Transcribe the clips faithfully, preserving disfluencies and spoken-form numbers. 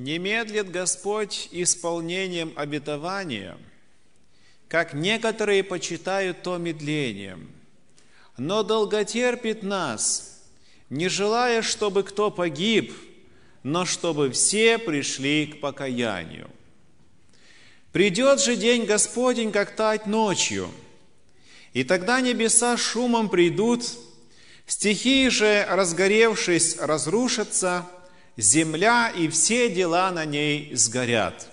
Не медлит Господь исполнением обетования, как некоторые почитают то медлением, но долготерпит нас, не желая, чтобы кто погиб, но чтобы все пришли к покаянию. Придет же день Господень, как тать ночью, и тогда небеса шумом придут, стихии же, разгоревшись, разрушатся, земля и все дела на ней сгорят.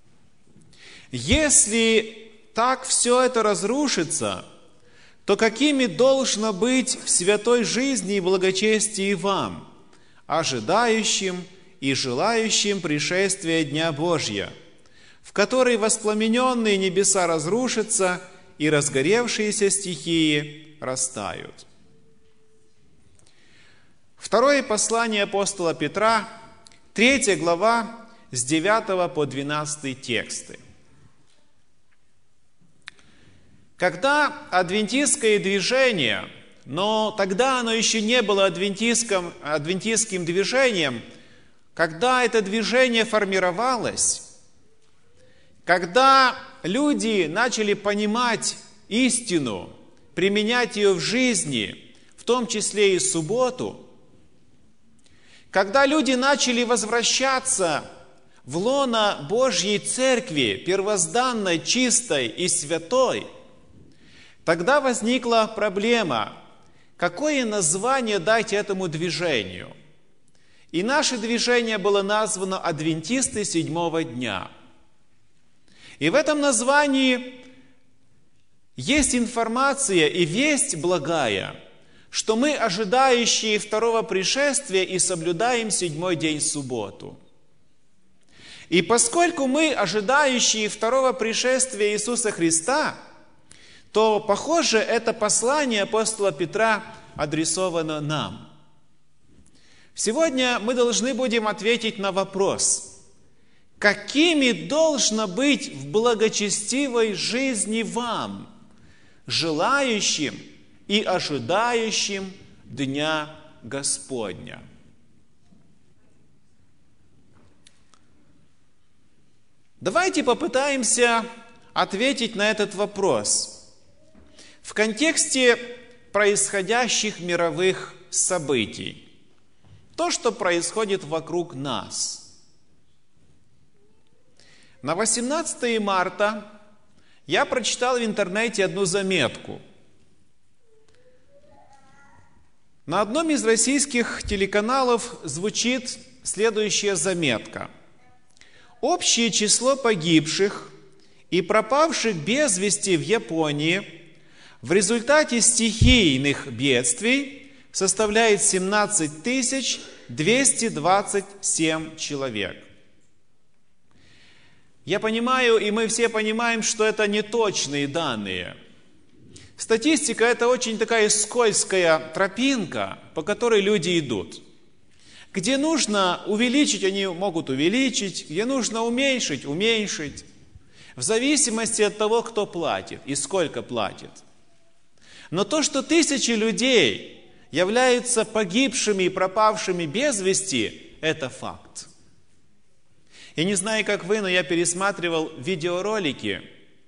Если так все это разрушится, то какими должно быть в святой жизни и благочестии вам, ожидающим и желающим пришествия Дня Божья, в который воспламененные небеса разрушатся и разгоревшиеся стихии растают. Второе послание апостола Петра, третья глава, с девятого по двенадцатый тексты. Когда адвентистское движение, но тогда оно еще не было адвентистским, адвентистским движением, когда это движение формировалось, когда люди начали понимать истину, применять ее в жизни, в том числе и субботу, когда люди начали возвращаться в лоно Божьей Церкви, первозданной, чистой и святой, тогда возникла проблема, какое название дать этому движению. И наше движение было названо «Адвентисты седьмого дня». И в этом названии есть информация и весть благая, что мы ожидающие второго пришествия и соблюдаем седьмой день субботу. И поскольку мы ожидающие второго пришествия Иисуса Христа, то, похоже, это послание апостола Петра адресовано нам. Сегодня мы должны будем ответить на вопрос, какими должно быть в благочестивой жизни вам, желающим и ожидающим Дня Господня. Давайте попытаемся ответить на этот вопрос в контексте происходящих мировых событий. То, что происходит вокруг нас. На восемнадцатое марта я прочитал в интернете одну заметку. На одном из российских телеканалов звучит следующая заметка. Общее число погибших и пропавших без вести в Японии в результате стихийных бедствий составляет семнадцать тысяч двести двадцать семь человек. Я понимаю, и мы все понимаем, что это неточные данные. Статистика – это очень такая скользкая тропинка, по которой люди идут. Где нужно увеличить, они могут увеличить, где нужно уменьшить – уменьшить. В зависимости от того, кто платит и сколько платит. Но то, что тысячи людей являются погибшими и пропавшими без вести, это факт. Я не знаю, как вы, но я пересматривал видеоролики.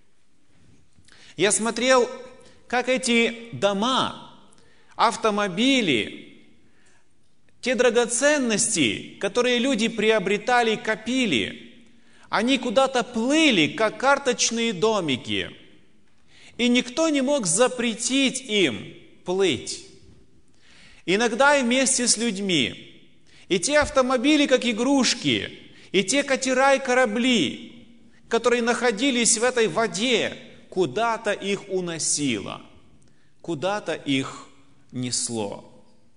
Я смотрел, как эти дома, автомобили, те драгоценности, которые люди приобретали и копили, они куда-то плыли, как карточные домики. И никто не мог запретить им плыть. Иногда и вместе с людьми. И те автомобили, как игрушки, и те катера и корабли, которые находились в этой воде, куда-то их уносило, куда-то их несло.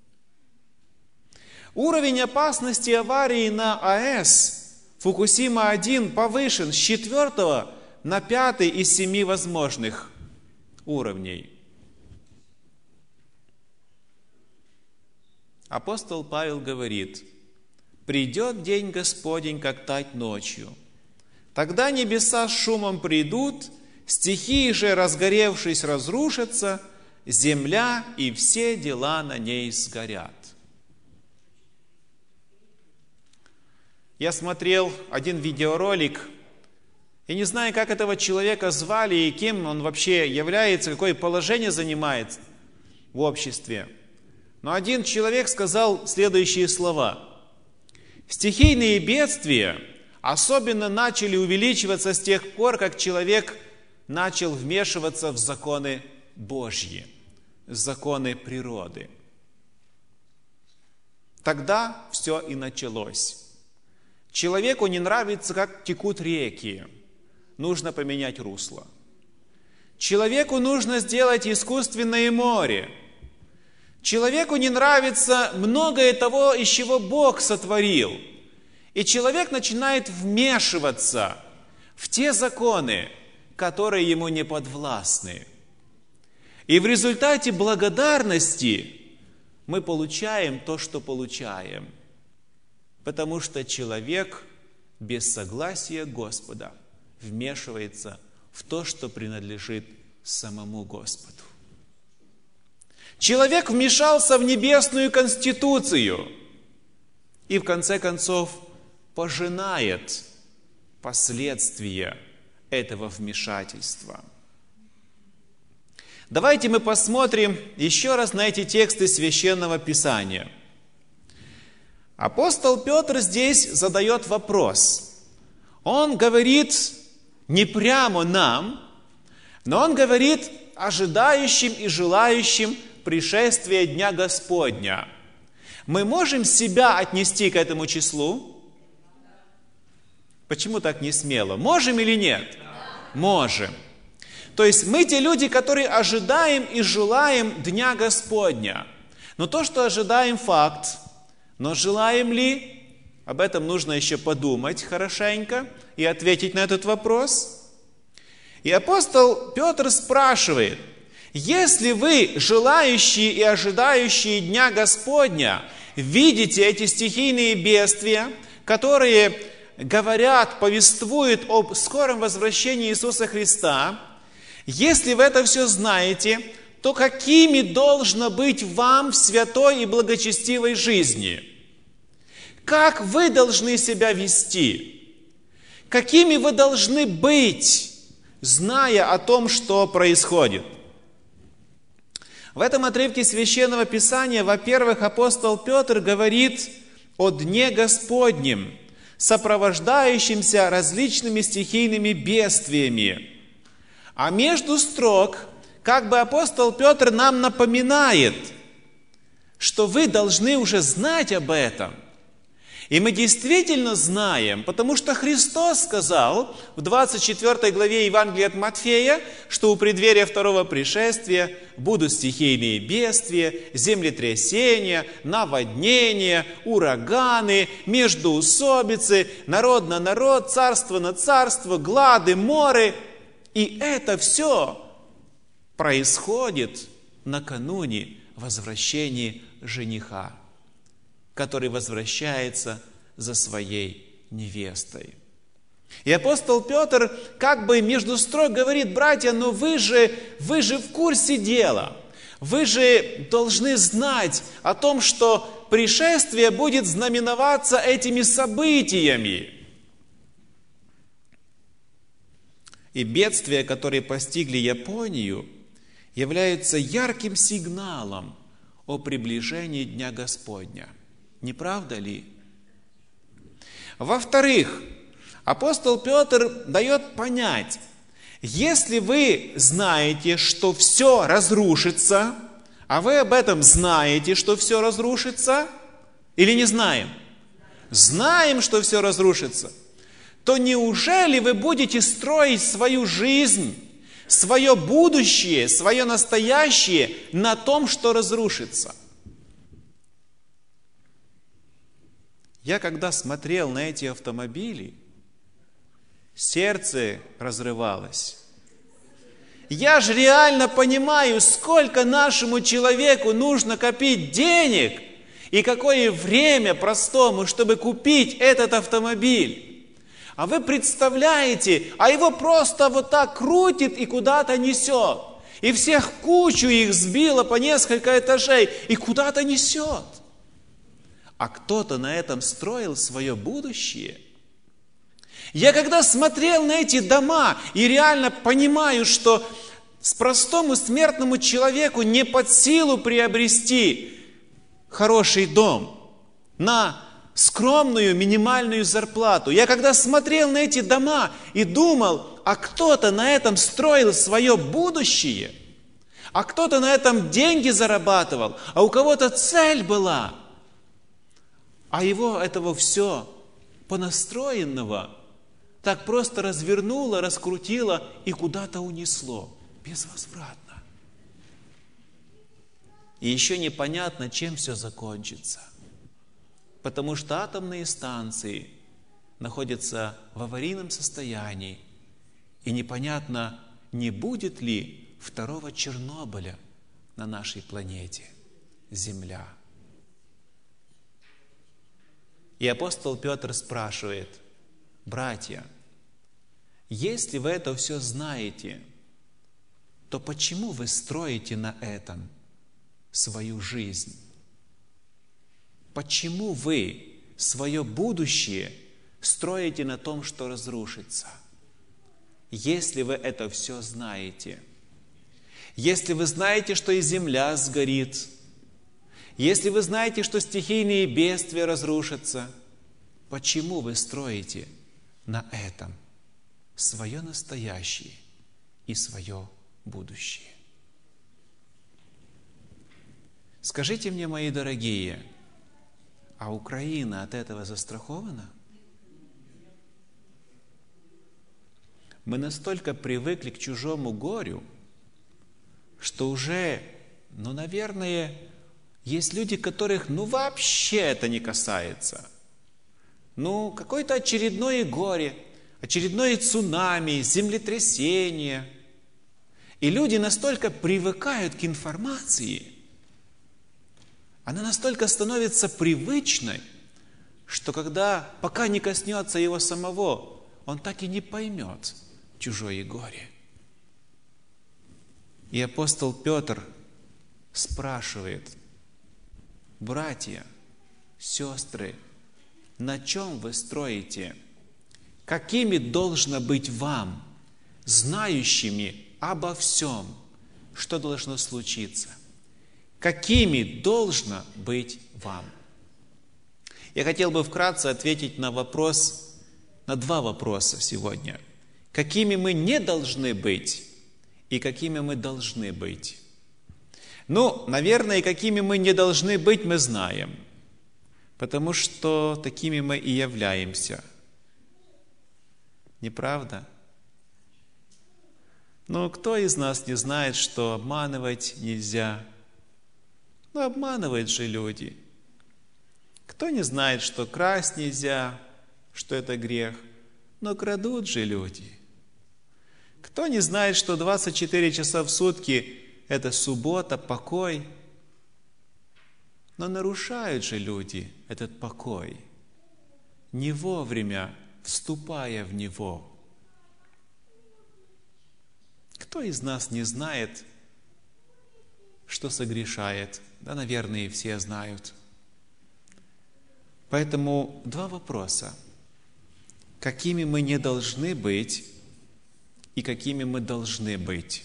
Уровень опасности аварии на АЭС Фукусима один повышен с четвертого на пятый из семи возможных уровней. Апостол Павел говорит: «Придет день Господень, как тать ночью. Тогда небеса с шумом придут, стихии же, разгоревшись, разрушатся, земля и все дела на ней сгорят». Я смотрел один видеоролик, я не знаю, как этого человека звали и кем он вообще является, какое положение занимает в обществе. Но один человек сказал следующие слова. Стихийные бедствия особенно начали увеличиваться с тех пор, как человек начал вмешиваться в законы Божьи, в законы природы. Тогда все и началось. Человеку не нравится, как текут реки. Нужно поменять русло. Человеку нужно сделать искусственное море. Человеку не нравится многое того, из чего Бог сотворил. И человек начинает вмешиваться в те законы, которые ему не подвластны. И в результате благодарности мы получаем то, что получаем. Потому что человек без согласия Господа вмешивается в то, что принадлежит самому Господу. Человек вмешался в небесную конституцию и в конце концов пожинает последствия этого вмешательства. Давайте мы посмотрим еще раз на эти тексты Священного Писания. Апостол Петр здесь задает вопрос. Он говорит не прямо нам, но он говорит ожидающим и желающим пришествия Дня Господня. Мы можем себя отнести к этому числу? Почему так не смело? Можем или нет? Можем. То есть мы те люди, которые ожидаем и желаем Дня Господня. Но то, что ожидаем, факт. Но желаем ли? Об этом нужно еще подумать хорошенько и ответить на этот вопрос. И апостол Петр спрашивает, если вы, желающие и ожидающие Дня Господня, видите эти стихийные бедствия, которые говорят, повествуют об скором возвращении Иисуса Христа, если вы это все знаете, то какими должно быть вам в святой и благочестивой жизни? Как вы должны себя вести? Какими вы должны быть, зная о том, что происходит? В этом отрывке Священного Писания, во-первых, апостол Петр говорит о Дне Господнем, сопровождающемся различными стихийными бедствиями. А между строк, как бы апостол Петр нам напоминает, что вы должны уже знать об этом. И мы действительно знаем, потому что Христос сказал в двадцать четвёртой главе Евангелия от Матфея, что у преддверия второго пришествия будут стихийные бедствия, землетрясения, наводнения, ураганы, междоусобицы, народ на народ, царство на царство, глады, моры. И это все происходит накануне возвращения жениха, который возвращается за своей невестой. И апостол Петр как бы между строк говорит: братья, но вы же, вы же в курсе дела. Вы же должны знать о том, что пришествие будет знаменоваться этими событиями. И бедствия, которые постигли Японию, являются ярким сигналом о приближении Дня Господня. Не правда ли? Во-вторых, апостол Петр дает понять, если вы знаете, что все разрушится, а вы об этом знаете, что все разрушится, или не знаем? Знаем, что все разрушится. То неужели вы будете строить свою жизнь, свое будущее, свое настоящее на том, что разрушится? Я когда смотрел на эти автомобили, сердце разрывалось. Я же реально понимаю, сколько нашему человеку нужно копить денег и какое время простому, чтобы купить этот автомобиль. А вы представляете, а его просто вот так крутит и куда-то несет. И всех кучу их сбило по несколько этажей и куда-то несет. а кто-то на этом строил свое будущее. Я когда смотрел на эти дома и реально понимаю, что с простому смертному человеку не под силу приобрести хороший дом на скромную минимальную зарплату. Я когда смотрел на эти дома и думал, а кто-то на этом строил свое будущее, а кто-то на этом деньги зарабатывал, а у кого-то цель была, а его этого все понастроенного так просто развернуло, раскрутило и куда-то унесло безвозвратно. И еще непонятно, чем все закончится. Потому что атомные станции находятся в аварийном состоянии. И непонятно, не будет ли второго Чернобыля на нашей планете Земля. И апостол Петр спрашивает: братья, если вы это все знаете, то почему вы строите на этом свою жизнь? Почему вы свое будущее строите на том, что разрушится? Если вы это все знаете, если вы знаете, что и земля сгорит, если вы знаете, что стихийные бедствия разрушатся, почему вы строите на этом свое настоящее и свое будущее? Скажите мне, мои дорогие, а Украина от этого застрахована? Мы настолько привыкли к чужому горю, что уже, ну, наверное, есть люди, которых, ну, вообще это не касается. Ну, какое-то очередное горе, очередное цунами, землетрясение. И люди настолько привыкают к информации, она настолько становится привычной, что когда, пока не коснется его самого, он так и не поймет чужое горе. И апостол Петр спрашивает: братья, сестры, на чем вы строите? Какими должно быть вам, знающими обо всем, что должно случиться? Какими должно быть вам? Я хотел бы вкратце ответить на вопрос, на два вопроса сегодня. Какими мы не должны быть и какими мы должны быть? Ну, наверное, какими мы не должны быть, мы знаем, потому что такими мы и являемся. Не правда? Но кто из нас не знает, что обманывать нельзя? Ну, обманывают же люди. Кто не знает, что красть нельзя, что это грех? Но крадут же люди. Кто не знает, что двадцать четыре часа в сутки – это суббота, покой? Но нарушают же люди этот покой, не вовремя вступая в него. Кто из нас не знает, что согрешает? Да, наверное, все знают. Поэтому два вопроса. Какими мы не должны быть и какими мы должны быть?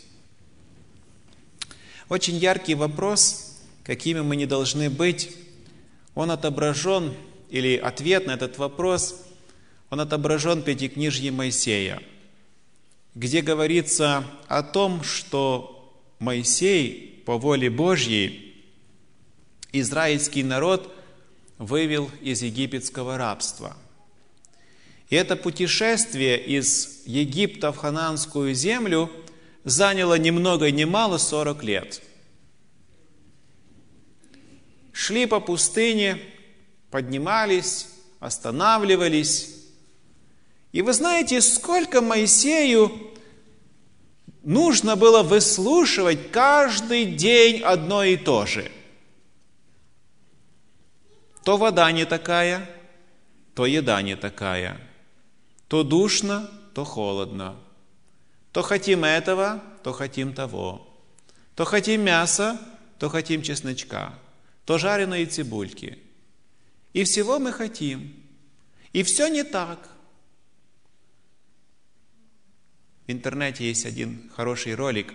Очень яркий вопрос, какими мы не должны быть, он отображен, или ответ на этот вопрос, он отображен в Пятикнижье Моисея, где говорится о том, что Моисей по воле Божьей израильский народ вывел из египетского рабства. И это путешествие из Египта в Ханаанскую землю заняло ни много ни мало сорок лет. Шли по пустыне, поднимались, останавливались. И вы знаете, сколько Моисею нужно было выслушивать каждый день одно и то же. То вода не такая, то еда не такая. То душно, то холодно. То хотим этого, то хотим того. То хотим мяса, то хотим чесночка. То жареные цибульки. и всего мы хотим, и все не так. В интернете есть один хороший ролик,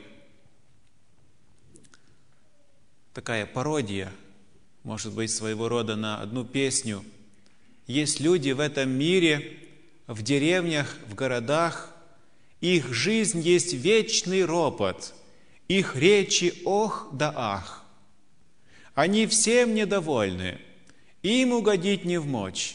такая пародия, может быть, своего рода на одну песню. Есть люди в этом мире, в деревнях, в городах, их жизнь есть вечный ропот, их речи ох да ах. Они всем недовольны, им угодить не вмочь.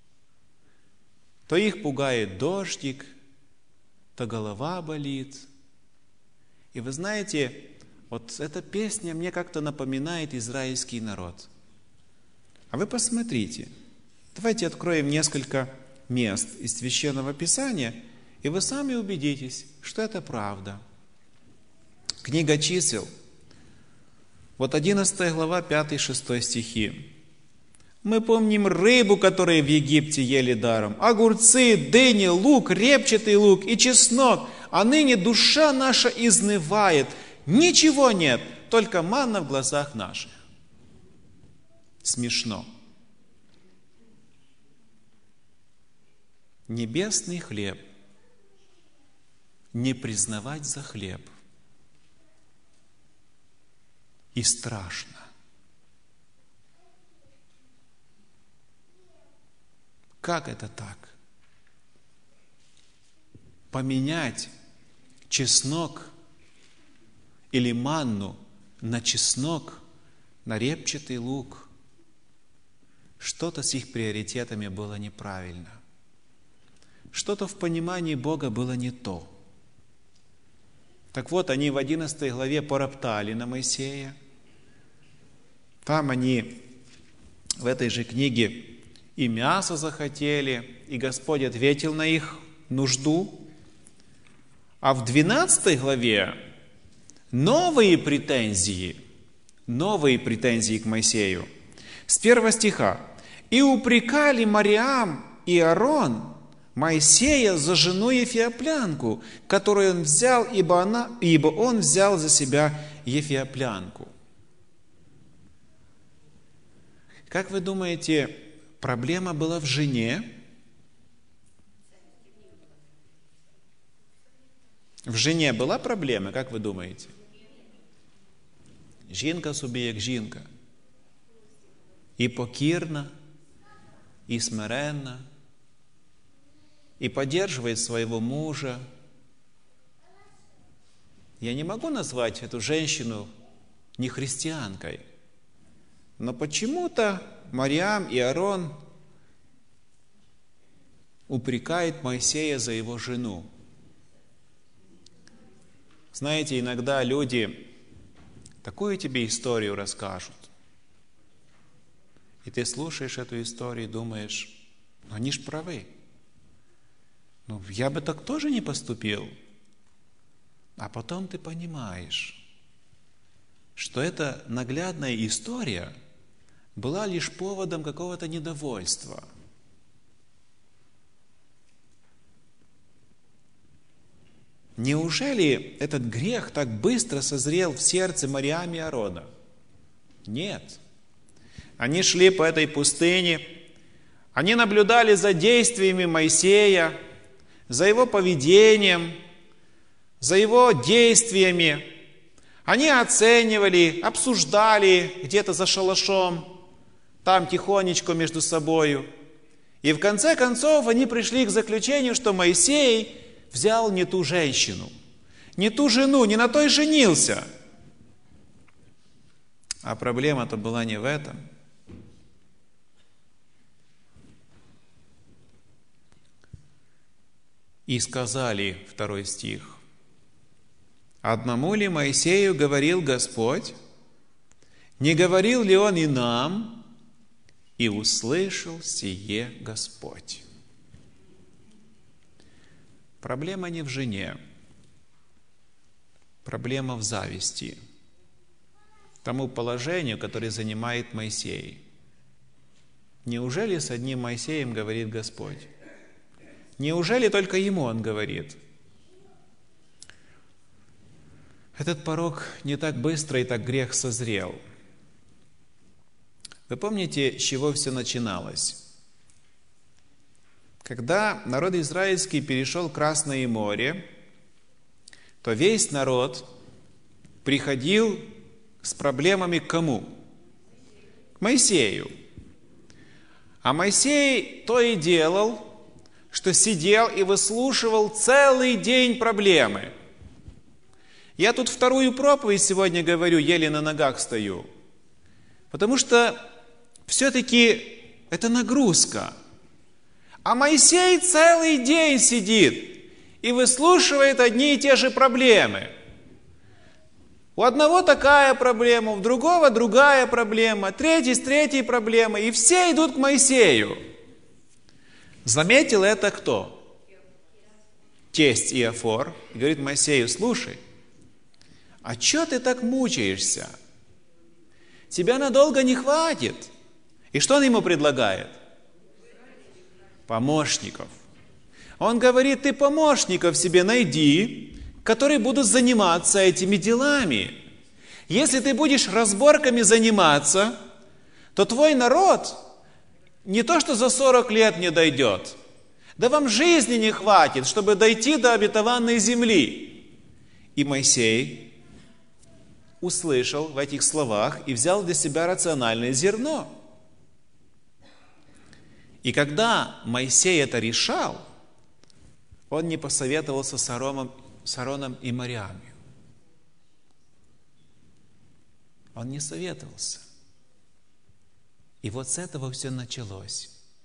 То их пугает дождик, то голова болит. И вы знаете, вот эта песня мне как-то напоминает израильский народ. А вы посмотрите, давайте откроем несколько мест из Священного Писания, и вы сами убедитесь, что это правда. Книга Чисел, вот одиннадцатая глава, пятый-шестой стихи. Мы помним рыбу, которую в Египте ели даром, огурцы, дыни, лук, репчатый лук и чеснок, а ныне душа наша изнывает. Ничего нет, только манна в глазах наших. Смешно. Небесный хлеб не признавать за хлеб. И страшно. Как это так? Поменять чеснок или манну на чеснок, на репчатый лук. Что-то с их приоритетами было неправильно. Что-то в понимании Бога было не то. Так вот, они в одиннадцатой главе пороптали на Моисея. Там они в этой же книге и мясо захотели, и Господь ответил на их нужду. А в двенадцатой главе новые претензии, новые претензии к Моисею. С первого стиха. «И упрекали Мариам и Аарон Моисея за жену Ефиоплянку, которую он взял, ибо, она, ибо он взял за себя Ефиоплянку». Как вы думаете, проблема была в жене? В жене была проблема, как вы думаете? Жінка собі як жінка. І покірна, и смиренна, и поддерживает своего мужа. Я не могу назвать эту женщину нехристианкой, но почему-то Мариам и Аарон упрекают Моисея за его жену. Знаете, иногда люди такую тебе историю расскажут, и ты слушаешь эту историю и думаешь, ну они ж правы. Ну, я бы так тоже не поступил. А потом ты понимаешь, что эта наглядная история была лишь поводом какого-то недовольства. Неужели этот грех так быстро созрел в сердце Мариам и Аарона? Нет. Они шли по этой пустыне, они наблюдали за действиями Моисея, за его поведением, за его действиями. Они оценивали, обсуждали где-то за шалашом, там тихонечко между собою. И в конце концов они пришли к заключению, что Моисей взял не ту женщину, не ту жену, не на той женился. А проблема-то была не в этом. И сказали, второй стих, «Одному ли Моисею говорил Господь? Не говорил ли Он и нам? И услышал сие Господь». Проблема не в жене, проблема в зависти, тому положению, которое занимает Моисей. Неужели с одним Моисеем говорит Господь? Неужели только ему Он говорит? Этот порок не так быстро и так грех созрел. Вы помните, с чего все начиналось? Когда народ израильский перешел Красное море, то весь народ приходил с проблемами к кому? К Моисею. А Моисей то и делал, что сидел и выслушивал целый день проблемы. Я тут вторую проповедь сегодня говорю, еле на ногах стою. Потому что все-таки это нагрузка. А Моисей целый день сидит и выслушивает одни и те же проблемы. У одного такая проблема, у другого другая проблема, третий с третьей проблемой, и все идут к Моисею. Заметил это кто? Тесть Иофор. И говорит Моисею: слушай, а че ты так мучаешься? Тебя надолго не хватит. И что он ему предлагает? Помощников. Он говорит: ты помощников себе найди, которые будут заниматься этими делами. Если ты будешь разборками заниматься, то твой народ не то что за сорок лет не дойдет, да вам жизни не хватит, чтобы дойти до обетованной земли. И Моисей услышал в этих словах и взял для себя рациональное зерно. И когда Моисей это решал, он не посоветовался с Аароном, с Аароном и Марьямью. Он не советовался. И вот с этого все началось.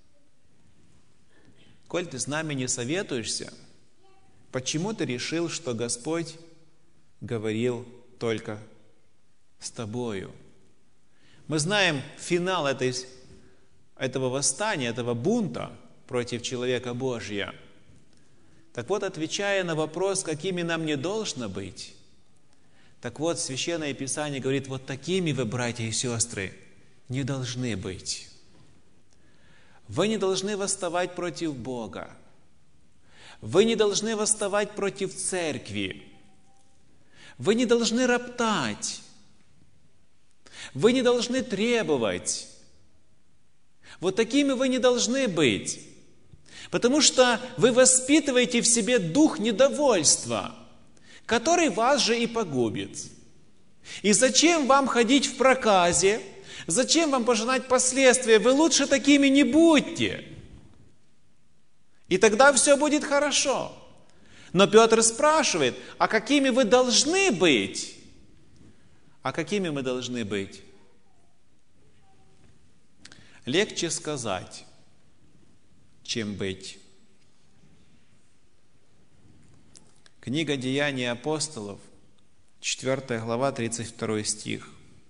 Коль ты с нами не советуешься, почему ты решил, что Господь говорил только с тобою? Мы знаем финал этой, этого восстания, этого бунта против человека Божия. Так вот, отвечая на вопрос, какими нам не должно быть, так вот, Священное Писание говорит: вот такими вы, братья и сестры, не должны быть. Вы не должны восставать против Бога. Вы не должны восставать против церкви. Вы не должны роптать. Вы не должны требовать. Вот такими вы не должны быть. Потому что вы воспитываете в себе дух недовольства, который вас же и погубит. И зачем вам ходить в проказе? Зачем вам пожинать последствия? Вы лучше такими не будьте. И тогда все будет хорошо. Но Петр спрашивает: а какими вы должны быть? А какими мы должны быть? Легче сказать, чем быть. Книга Деяний апостолов, четвёртая глава, тридцать второй стих.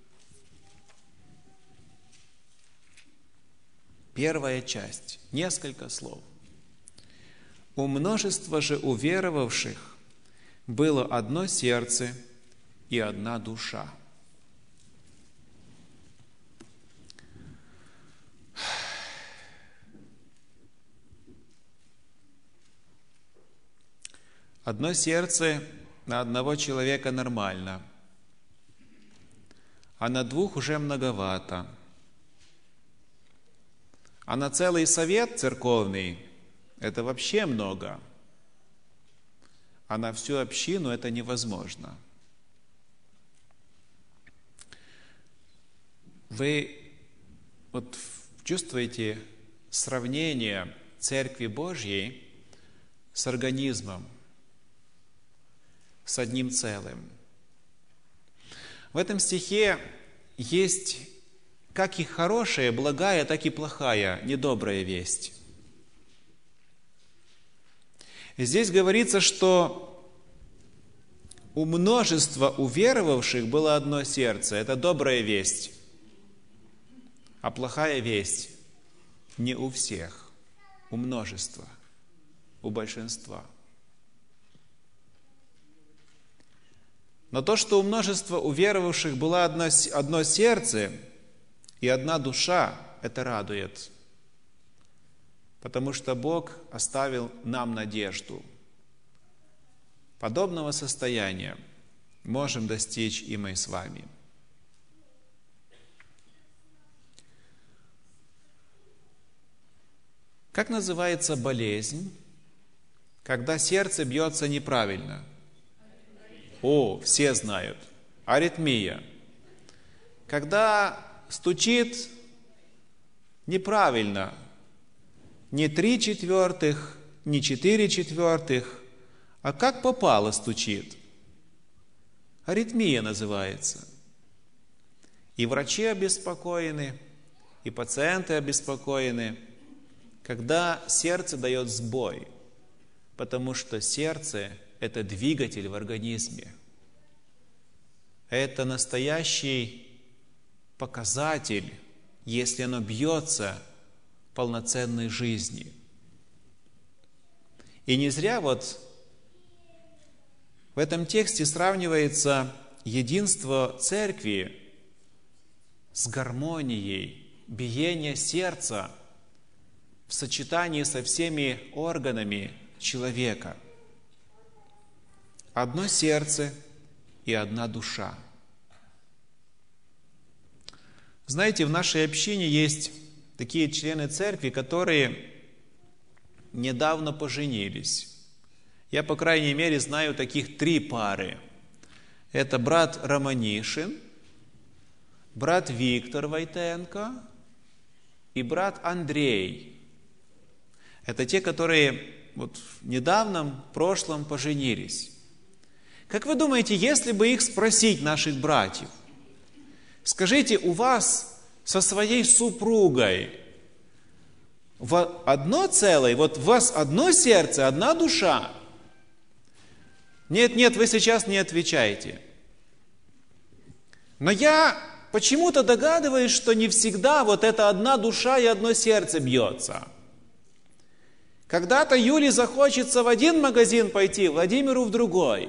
Первая часть, несколько слов. «У множества же уверовавших было одно сердце и одна душа». Одно сердце на одного человека нормально, а на двух уже многовато. А на целый совет церковный это вообще много. А на всю общину это невозможно. Вы вот чувствуете сравнение Церкви Божьей с организмом, с одним целым. В этом стихе есть как и хорошая, благая, так и плохая, недобрая весть. Здесь говорится, что у множества уверовавших было одно сердце. Это добрая весть. А плохая весть не у всех, у множества, у большинства. Но то, что у множества уверовавших было одно, одно сердце и одна душа, это радует. Потому что Бог оставил нам надежду. Подобного состояния можем достичь и мы с вами. Как называется болезнь, когда сердце бьется неправильно? О, все знают. Аритмия. Когда стучит неправильно, не три четвертых, не четыре четвертых, а как попало стучит. Аритмия называется. И врачи обеспокоены, и пациенты обеспокоены, когда сердце дает сбой, потому что сердце – это двигатель в организме. Это настоящий показатель, если оно бьется, полноценной жизни. И не зря вот в этом тексте сравнивается единство церкви с гармонией, биение сердца в сочетании со всеми органами человека. Одно сердце и одна душа. Знаете, в нашей общине есть такие члены церкви, которые недавно поженились. Я, по крайней мере, знаю таких три пары. Это брат Романишин, брат Виктор Войтенко и брат Андрей. Это те, которые вот в недавнем прошлом поженились. Как вы думаете, если бы их спросить, наших братьев, скажите, у вас со своей супругой в одно целое, вот у вас одно сердце, одна душа? Нет, нет, вы сейчас не отвечаете. Но я почему-то догадываюсь, что не всегда вот эта одна душа и одно сердце бьется. Когда-то Юле захочется в один магазин пойти, Владимиру в другой.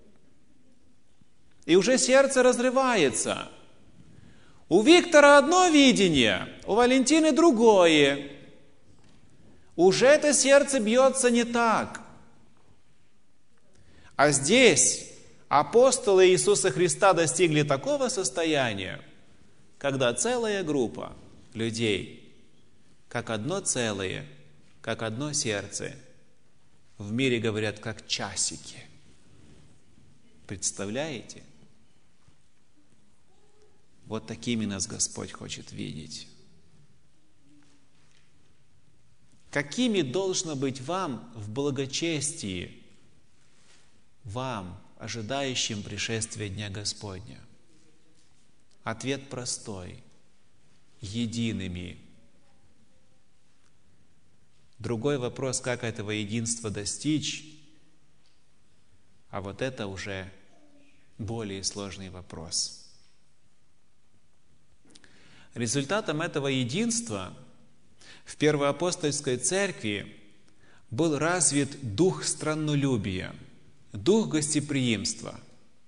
И уже сердце разрывается. У Виктора одно видение, у Валентины другое. Уже это сердце бьется не так. А здесь апостолы Иисуса Христа достигли такого состояния, когда целая группа людей, как одно целое, как одно сердце, в мире говорят, как часики. Представляете? Вот такими нас Господь хочет видеть. Какими должно быть вам в благочестии, вам, ожидающим пришествия Дня Господня? Ответ простой. Едиными. Другой вопрос, как этого единства достичь, а вот это уже более сложный вопрос. Результатом этого единства в Первоапостольской церкви был развит дух страннолюбия, дух гостеприимства.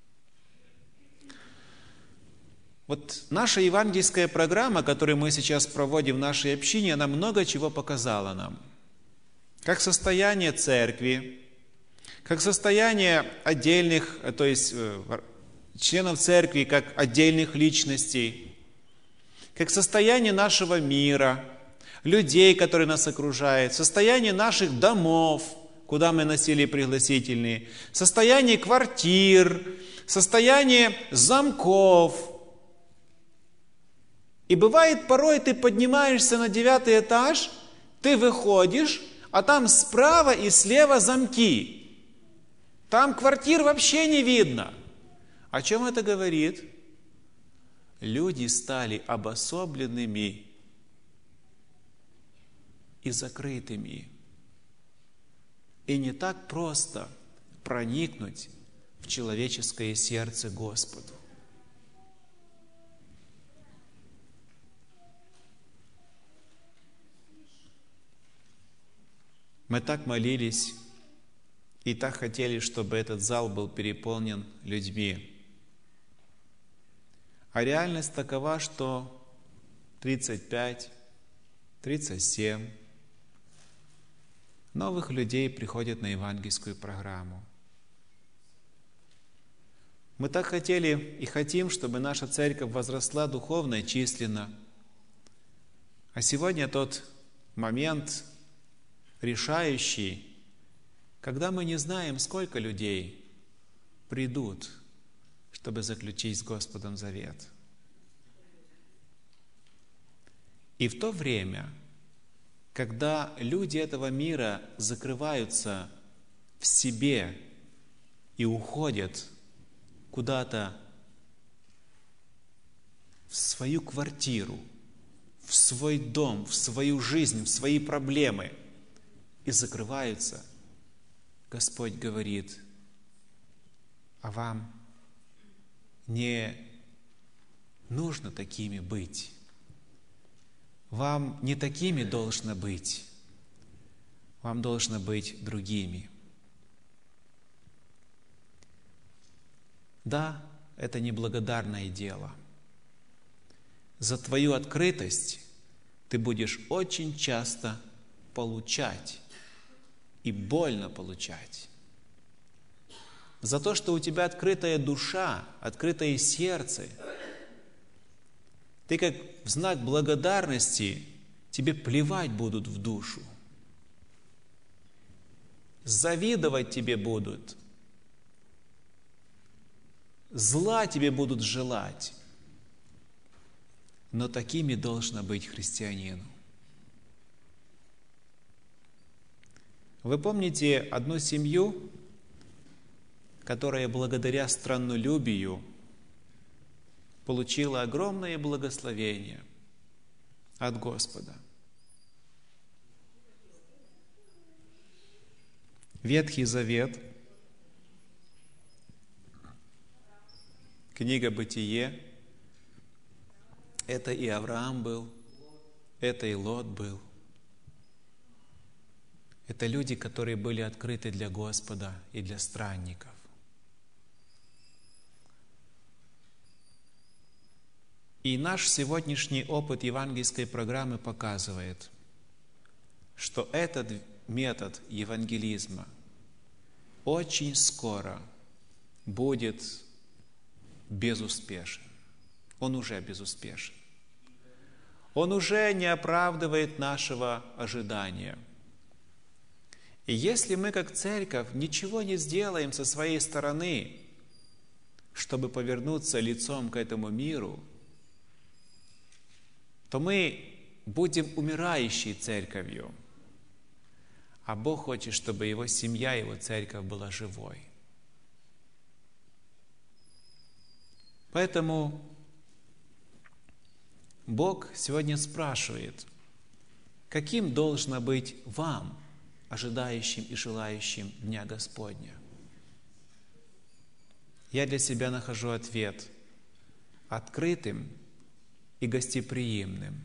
Вот наша евангельская программа, которую мы сейчас проводим в нашей общине, она много чего показала нам. Как состояние церкви, как состояние отдельных, то есть членов церкви, как отдельных личностей, как состояние нашего мира, людей, которые нас окружают, состояние наших домов, куда мы носили пригласительные, состояние квартир, состояние замков. И бывает, порой ты поднимаешься на девятый этаж, ты выходишь, а там справа и слева замки. Там квартир вообще не видно. О чем это говорит? Люди стали обособленными и закрытыми. И не так просто проникнуть в человеческое сердце Господу. Мы так молились и так хотели, чтобы этот зал был переполнен людьми. А реальность такова, что тридцать пять, тридцать семь новых людей приходят на евангельскую программу. Мы так хотели и хотим, чтобы наша церковь возросла духовно и численно. А сегодня тот момент, решающий, когда мы не знаем, сколько людей придут, чтобы заключить с Господом завет. И в то время, когда люди этого мира закрываются в себе и уходят куда-то в свою квартиру, в свой дом, в свою жизнь, в свои проблемы и закрываются, Господь говорит: а вам не нужно такими быть. Вам не такими должно быть. Вам должно быть другими. Да, это неблагодарное дело. За твою открытость ты будешь очень часто получать и больно получать. За то, что у тебя открытая душа, открытое сердце, ты как в знак благодарности, тебе плевать будут в душу. Завидовать тебе будут. Зла тебе будут желать. Но такими должно быть христианину. Вы помните одну семью, которая благодаря страннолюбию получила огромное благословение от Господа. Ветхий Завет, книга Бытие, это и Авраам был, это и Лот был. Это люди, которые были открыты для Господа и для странников. И наш сегодняшний опыт евангельской программы показывает, что этот метод евангелизма очень скоро будет безуспешен. Он уже безуспешен. Он уже не оправдывает нашего ожидания. И если мы, как церковь, ничего не сделаем со своей стороны, чтобы повернуться лицом к этому миру, то мы будем умирающей церковью. А Бог хочет, чтобы Его семья, Его церковь была живой. Поэтому Бог сегодня спрашивает, каким должно быть вам, ожидающим и желающим Дня Господня? Я для себя нахожу ответ: открытым и гостеприимным.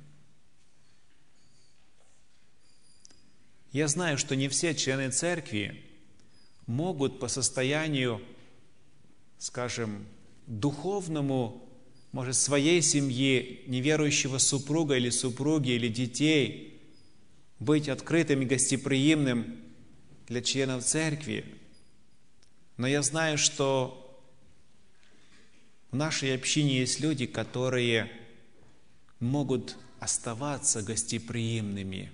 Я знаю, что не все члены церкви могут по состоянию, скажем, духовному, может, своей семьи, неверующего супруга или супруги, или детей, быть открытым и гостеприимным для членов церкви. Но я знаю, что в нашей общине есть люди, которые могут оставаться гостеприимными,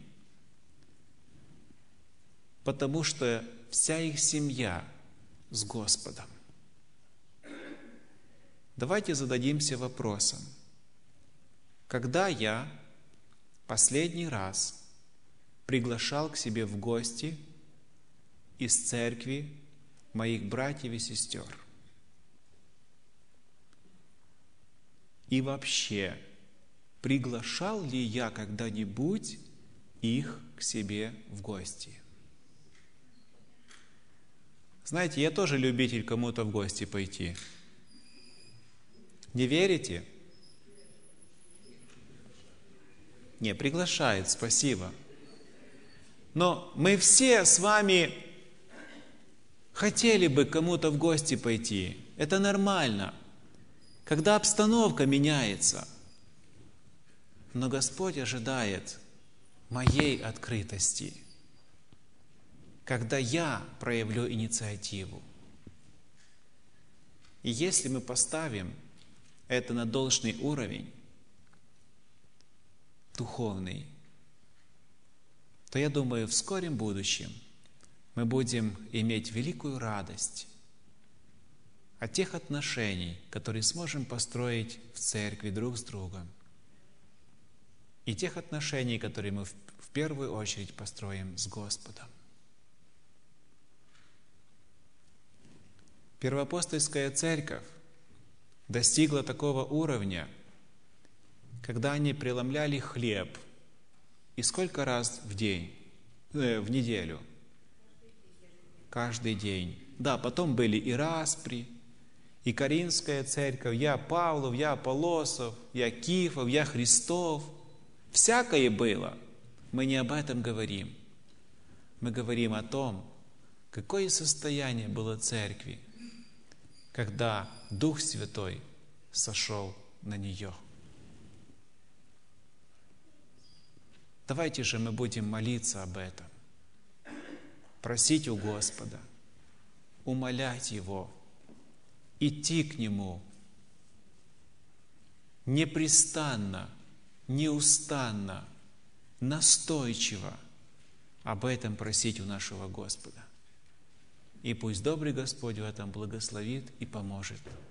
потому что вся их семья с Господом. Давайте зададимся вопросом: когда я последний раз приглашал к себе в гости из церкви моих братьев и сестер? И вообще, приглашал ли я когда-нибудь их к себе в гости? Знаете, я тоже любитель кому-то в гости пойти. Не верите? Не, приглашает, спасибо. Но мы все с вами хотели бы кому-то в гости пойти. Это нормально, когда обстановка меняется. Но Господь ожидает моей открытости, когда я проявлю инициативу. И если мы поставим это на должный уровень, духовный, то я думаю, в скором будущем мы будем иметь великую радость от тех отношений, которые сможем построить в церкви друг с другом, и тех отношений, которые мы в первую очередь построим с Господом. Первоапостольская церковь достигла такого уровня, когда они преломляли хлеб. И сколько раз в день, э, в неделю? Каждый день. Да, потом были и распри, и Коринфская церковь, я Павлов, я Аполлосов, я Кифов, я Христов. Всякое было. Мы не об этом говорим. Мы говорим о том, какое состояние было церкви, когда Дух Святой сошел на нее. Давайте же мы будем молиться об этом, просить у Господа, умолять Его, идти к Нему непрестанно, неустанно, настойчиво об этом просить у нашего Господа. И пусть добрый Господь в этом благословит и поможет.